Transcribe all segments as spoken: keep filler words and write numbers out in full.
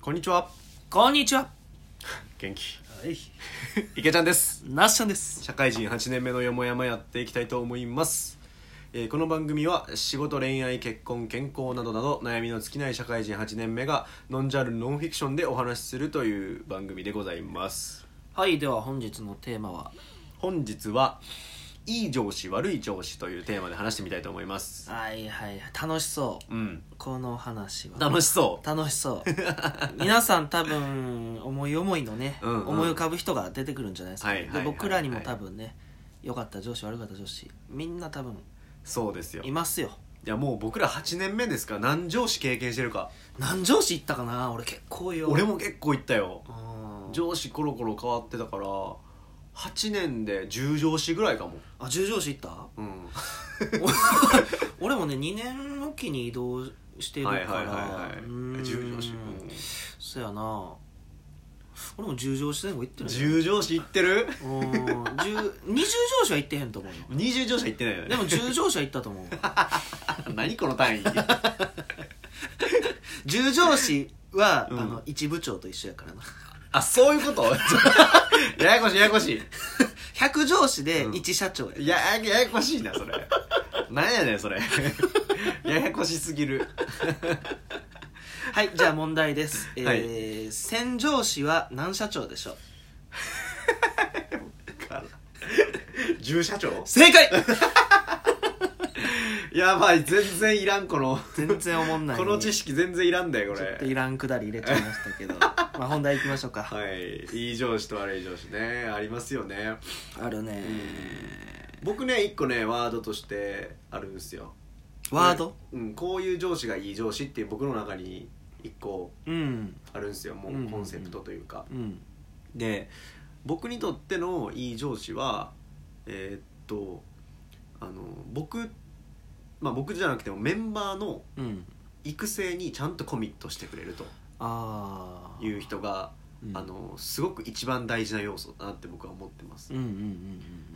こんにちは。 こんにちは。 元気。 はい。 池ちゃんです。 なっしゃんです。 社会人はちねんめのよもやまやっていきたいと思います。えー、この番組は仕事、恋愛、結婚、健康などなど悩みの尽きない社会人はちねんめがノンジャンルノンフィクションでお話しするという番組でございます。 はい、では本日のテーマは、 本日はいい上司悪い上司というテーマで話してみたいと思います。 はいはい楽しそう。 うんこの話は楽しそう楽しそう皆さん多分思い思いのね、うんうん、思い浮かぶ人が出てくるんじゃないですか、はいはいはいはい、で僕らにも多分ね、良かった上司悪かった上司みんな多分そうですよ。 いますよ。 いやもう僕らはちねんめですから何上司経験してるか。 何上司行ったかな。俺結構よ。 俺も結構行ったよ。上司コロコロ変わってたからはちねんでじゅう上司ぐらいかも。 あ、じゅう上司行った。うん俺もねにねんおきに移動してるから、はいはいはいはい、じゅう上司、うん、そやな。俺もじゅう上司前後行ってる。 じゅう上司行ってる。 うんにじゅう上司は行ってへんと思うよ。 にじゅう上司は行ってないよね。 でもじゅう上司は行ったと思う何この単位じゅう上司は、うん、あのいち部長と一緒やからな。 あ、そういうことややこしいややこしいひゃく上司でいち社長や、 うん、や, ややこしいなそれなんやねんそれややこしすぎるはい、じゃあ問題です、えーはい、先上司は何社長でしょうじゅう社長。 正解やばい、全然いらん。この全然おもんない、ね、 この知識全然いらんだよこれ。 ちょっといらんくだり入れちゃいましたけどまあ本題いきましょうか。 はい、いい上司と悪い上司ね、ありますよね。 あるね、 うん、僕ね一個ねワードとしてあるんですよ。 ワード、 うん、こういう上司がいい上司っていう僕の中に一個あるんですよ、うん、もうコンセプトというか、うんうんうん、で僕にとってのいい上司はえー、っとあの僕まあ僕じゃなくてもメンバーの育成にちゃんとコミットしてくれるという人が、うん、あのすごく一番大事な要素だなって僕は思ってます、うんうんうんうん、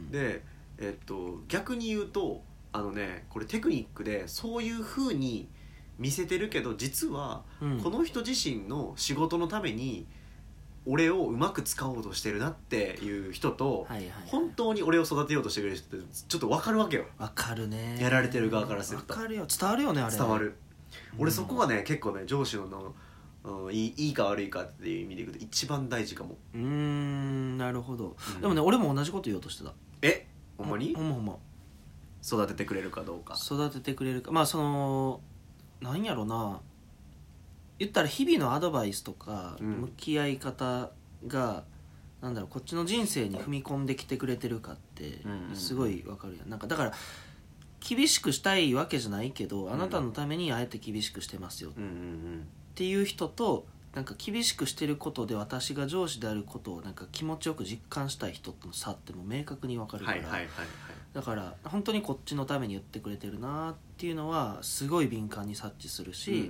で、えー、っと逆に言うとあのねこれテクニックでそういう風に見せてるけど実はこの人自身の仕事のために俺をうまく使おうとしてるなっていう人と、はいはいはい、本当に俺を育てようとしてくれる人ってちょっと分かるわけよ。 分かるね。 やられてる側からすると分かるよ。伝わるよねあれ。 伝わる、うん、俺そこがね結構ね上司の、うん、いい、いいか悪いかっていう意味でいくと一番大事かも。 うーん、なるほど、うん、でもね俺も同じこと言おうとしてた。 えほんまに？ ほんまほんま。 育ててくれるかどうか。 育ててくれるか、まあそのなんやろな、言ったら日々のアドバイスとか向き合い方が、うん、なんだろうこっちの人生に踏み込んできてくれてるかってすごいわかるやん。なんかだから厳しくしたいわけじゃないけど、うん、あなたのためにあえて厳しくしてますよっていう人と、なんか厳しくしてることで私が上司であることをなんか気持ちよく実感したい人との差っても明確にわかるから、はいはいはいはい、だから本当にこっちのために言ってくれてるなっていうのはすごい敏感に察知するし、うんうんうんうん、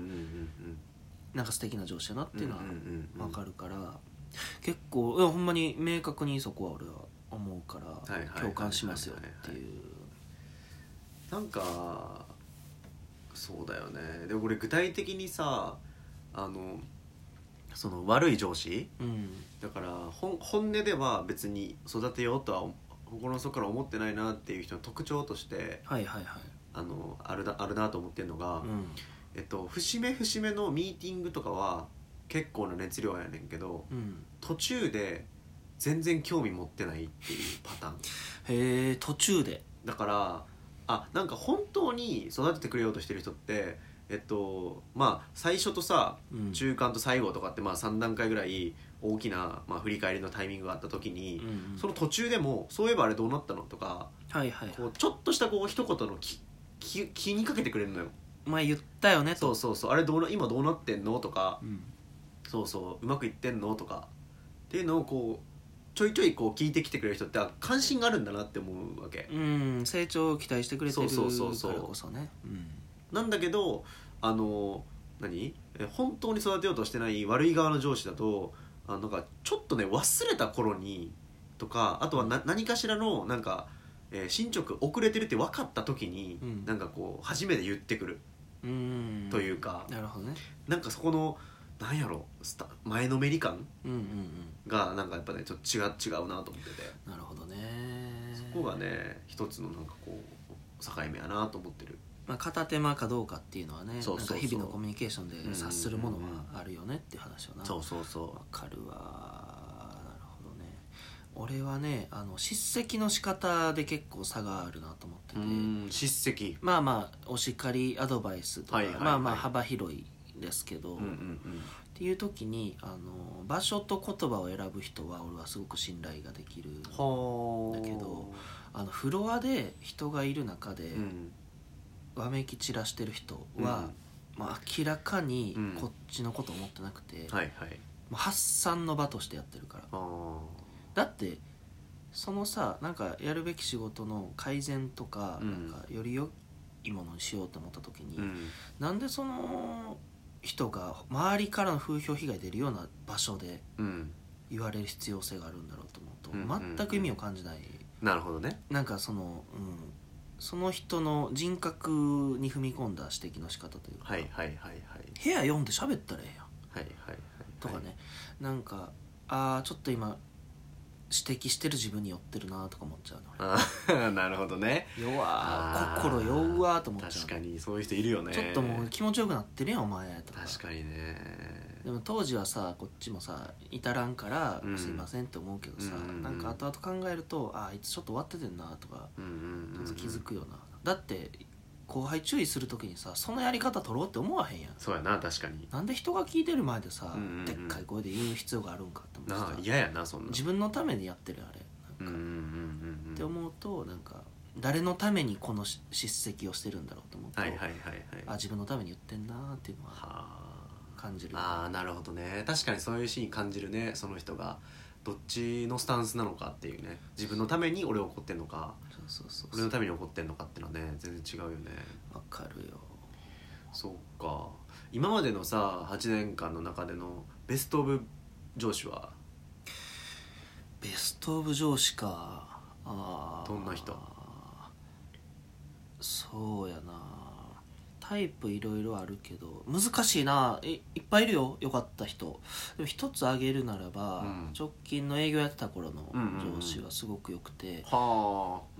なんか素敵な上司だなっていうのは分かるから、うんうんうんうん、結構いやほんまに明確にそこは俺は思うから共感しますよっていう。 なんかそうだよね。でもこれ具体的にさあのその悪い上司、うん、だから本音では別に育てようとは心の底から思ってないなっていう人の特徴として、はいはいはい、あのあるな、あるなと思ってるのが、うんえっと、節目節目のミーティングとかは結構な熱量やねんけど、うん、途中で全然興味持ってないっていうパターン。 へー、途中で。 だからあなんか本当に育ててくれようとしてる人ってえっとまあ最初とさ、うん、中間と最後とかってまあさん段階ぐらい大きな、まあ、振り返りのタイミングがあった時に、うんうん、その途中でもそういえばあれどうなったのとか、はいはいはい、こうちょっとしたこう一言の気、気、気にかけてくれるのよ。 前言ったよねと。 そうそうそう、あれどうな今どうなってんのとか、うん、そうそううまくいってんのとかっていうのをこうちょいちょいこう聞いてきてくれる人って関心があるんだなって思うわけ。 うん成長を期待してくれてるからこそね。そうそうそうそう、 うん、なんだけどあの何本当に育てようとしてない悪い側の上司だとあなんかちょっとね忘れた頃にとかあとはな何かしらのなんか、えー、進捗遅れてるって分かった時に、うん、なんかこう初めて言ってくるというか、 なるほどね。 なんかそこのなんやろスタ前のめり感うんうんうんがなんかやっぱねちょっと違う違うなと思ってて、 なるほどね。 そこがね一つのなんかこう境目やなと思ってる。 まあ、片手間かどうかっていうのはね、 そうそうそうなんか日々のコミュニケーションで察するものはあるよねっていう話をな。 そうそうそうわかるわ。なるほどね。俺はねあの叱責の仕方で結構差があるなと思ってて、 うん叱責まあまあお叱りアドバイスとか、 はいはいはい、 まあまあ幅広いですけど、 うんうんうん、 っていう時にあの場所と言葉を選ぶ人は俺はすごく信頼ができるんだけど、あのフロアで人がいる中で、うんわめき散らしてる人は、うんまあ、明らかにこっちのこと思ってなくて、 うんはいはい、 もう発散の場としてやってるから。 あだってそのさなんかやるべき仕事の改善とか、うん、なんかより良いものにしようと思った時に、うん、なんでその人が周りからの風評被害出るような場所で言われる必要性があるんだろうと思うと、うん、全く意味を感じない、うんうんうん、 なるほどね。 なんかその、うんその人の人格に踏み込んだ指摘の仕方というか、 はいはいはいはい、 部屋読んで喋ったらええやん、 はいはいはいはい、 とかね、なんかあーちょっと今指摘してる自分に寄ってるなとか思っちゃうのあなるほどね。 弱心酔うわと思っちゃう。 確かにそういう人いるよね。 ちょっともう気持ちよくなってるやんお前とか。 確かにね。 でも当時はさこっちもさ至らんから、うん、すいませんって思うけどさ、うんうんうん、なんか後々考えるとああいつちょっと終わっててんなとか、うんうんうん、ちょっと気づくよな。だって後輩注意するときにさそのやり方取ろうって思わへんやん。 そうやな確かに。 なんで人が聞いてる前でさ、うんうんうん、でっかい声で言う必要があるんかって思ってさ。 嫌やなそんな。 自分のためにやってるあれなんか、うんうんうんうん、って思うとなんか誰のためにこの叱責をしてるんだろうと思うと、はいはいはいはい、あ自分のために言ってんなっていうのは感じる。 ああなるほどね。確かにそういうシーン感じるね。その人がどっちのスタンスなのかっていうね。自分のために俺を怒ってんのか、そうそうそうそう俺のために怒ってんのかっていうのはね全然違うよね。 わかるよ。 そうか。今までのさはちねんかんの中でのベストオブ上司は？ ベストオブ上司か。あどんな人？ そうやなタイプいろいろあるけど難しいな。 い, いっぱいいるよ良かった人。でも一つ挙げるならば、うん、直近の営業やってた頃の上司はすごく良くて、はあ、うん、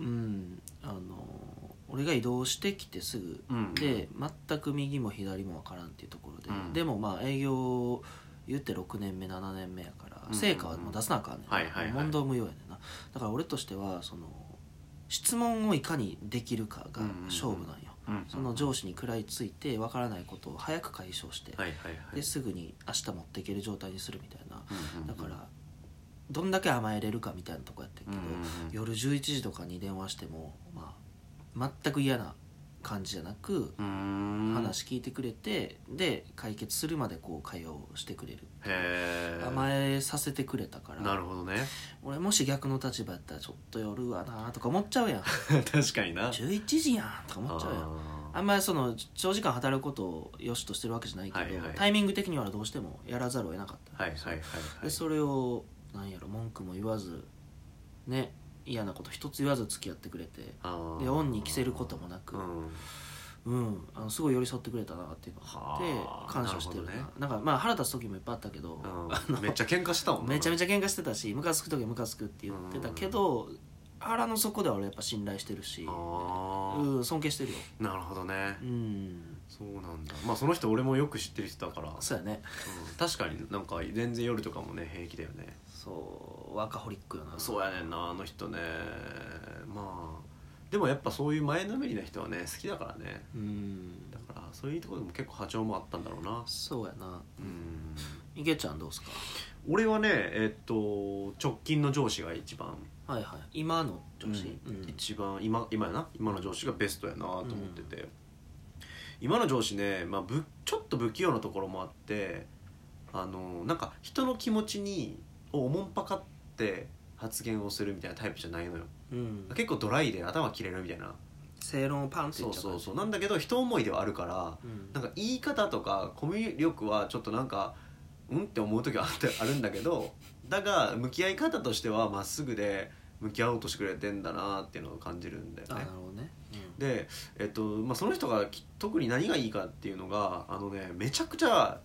あの俺が移動してきてすぐ、うん、で全く右も左も分からんっていうところで、うん、でもまあ営業言ってろくねんめななねんめやから、うん、成果はもう出さなあかんねん、はいはいはい、問答無用やねんな。だから俺としてはその質問をいかにできるかが勝負なんよ、うんうんうん、その上司に食らいついて分からないことを早く解消して、はいはいはい、ですぐに明日持っていける状態にするみたいな、うんうんうん、だからどんだけ甘えれるかみたいなとこやってるけど、うんうんうん、夜じゅういちじとかに電話しても、まあ、全く嫌な感じじゃなく話聞いてくれてで解決するまでこう会話をしてくれる。へー甘えさせてくれたから。 なるほどね。 俺もし逆の立場やったらちょっと夜はなとか思っちゃうやん確かにな。 じゅういちじやんとか思っちゃうやん。 あ, あんまりその長時間働くことを良しとしてるわけじゃないけど、はいはい、タイミング的にはどうしてもやらざるを得なかった、はいはいはいはい、でそれをなんやろ文句も言わずね嫌なこと一つ言わず付き合ってくれてで恩に着せることもなく、うんうん、あのすごい寄り添ってくれたなっていうのがあって感謝してるな。な、ね、なんかまあ腹立つ時もいっぱいあったけど、 うん、めっちゃ喧嘩したもんな。 めちゃめちゃ喧嘩してたしムカつく時はムカつくって言ってたけど、うん、腹の底では俺やっぱ信頼してるし、うん、尊敬してるよ。 なるほどね、うん、そうなんだ。まあその人俺もよく知ってる人だからそうやね、 うん、確かになんか全然夜とかもね平気だよね。 そうワーカホリックよな。 そうやねんなあの人ね。まあでもやっぱそういう前のめりな人はね好きだからね。うんだからそういうところでも結構波長もあったんだろうな。 そうやな。うん池ちゃんどうすか？ 俺はねえっと直近の上司が一番はいはい今の上司、 うんうん、一番今今やな今の上司がベストやなと思ってて、うん、今の上司ね、まあ、ぶちょっと不器用なところもあってあのなんか人の気持ちにをおもんぱかって発言をするみたいなタイプじゃないのよ、うん、結構ドライで頭切れるみたいな正論をパンって言っちゃう。 そうそうそうなんだけど人思いではあるから、うん、なんか言い方とかコミュ力はちょっとなんかうんって思う時はあるんだけどだが向き合い方としてはまっすぐで向き合おうとしてくれてんだなっていうのを感じるんだよね。 あなるほどね、 うん、で、えっとまあ、その人が特に何がいいかっていうのがあのねめちゃくちゃ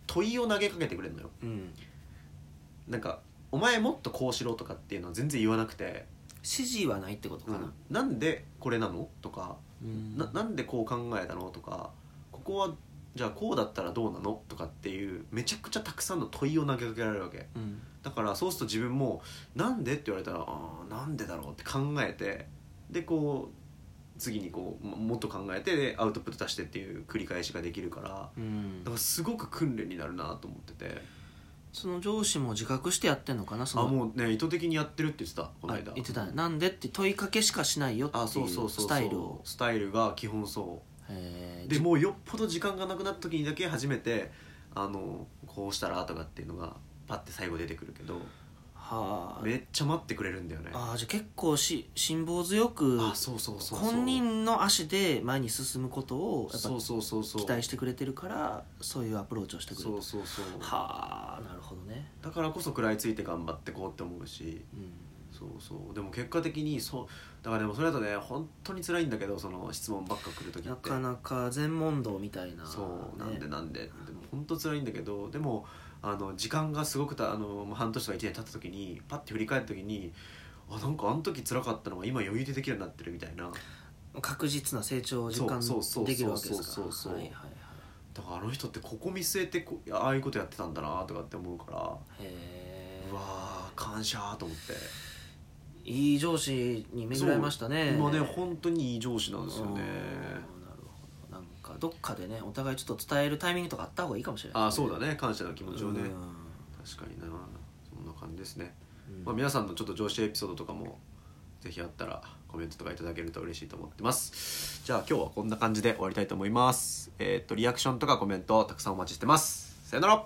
問いを投げかけてくれるのよ、うん、なんかお前もっとこうしろとかっていうのは全然言わなくて、 指示はないってことかな、うん、 なんでこれなのとか、うん、な, なんでこう考えたのとか、ここはじゃあこうだったらどうなのとかっていうめちゃくちゃたくさんの問いを投げかけられるわけ、うん、だからそうすると自分もなんでって言われたらあなんでだろうって考えて、でこう次にこうもっと考えてでアウトプット出してっていう繰り返しができるから、うん、だからすごく訓練になるなと思ってて。 その上司も自覚してやってんのかな。そのあもうね意図的にやってるって言ってたこの間。 言ってた、なんでって問いかけしかしないよっていうスタイルを。 スタイルが基本そう。へでもうよっぽど時間がなくなった時にだけ初めてあのこうしたらとかっていうのがパッて最後出てくるけど、はあ、めっちゃ待ってくれるんだよね。 あじゃあ結構し辛抱強く本人の足で前に進むことをやっぱ期待してくれてるから、そういうアプローチをしてくれる。 そうそうそう。 はあなるほどね。 だからこそ食らいついて頑張ってこうって思うし、うん、そうそうでも結果的にそうだからでもそれだとね本当に辛いんだけど、その質問ばっか来る時ってなかなか全問答みたいな、 そう、ね、なんでなんででも本当辛いんだけど、でもあの時間がすごくたあの半年とかいちねん経った時にパッて振り返った時に、あなんかあの時辛かったのが今余裕でできるようになってるみたいな、 確実な成長を実感できるわけですから。そうそうそうそうそう、はいはいはい、 だからあの人ってここ見据えてこああいうことやってたんだなとかって思うから、へーうわー感謝と思って。 いい上司に巡られましたね。 今ね本当にいい上司なんですよね。 どっかでねお互いちょっと伝えるタイミングとかあった方がいいかもしれない、ね、 あそうだね、感謝の気持ちをね、確かにな、そんな感じですね、うんまあ、皆さんのちょっと上司エピソードとかもぜひあったらコメントとかいただけると嬉しいと思ってます。じゃあ今日はこんな感じで終わりたいと思います。えー、っとリアクションとかコメントたくさんお待ちしてます。さよなら。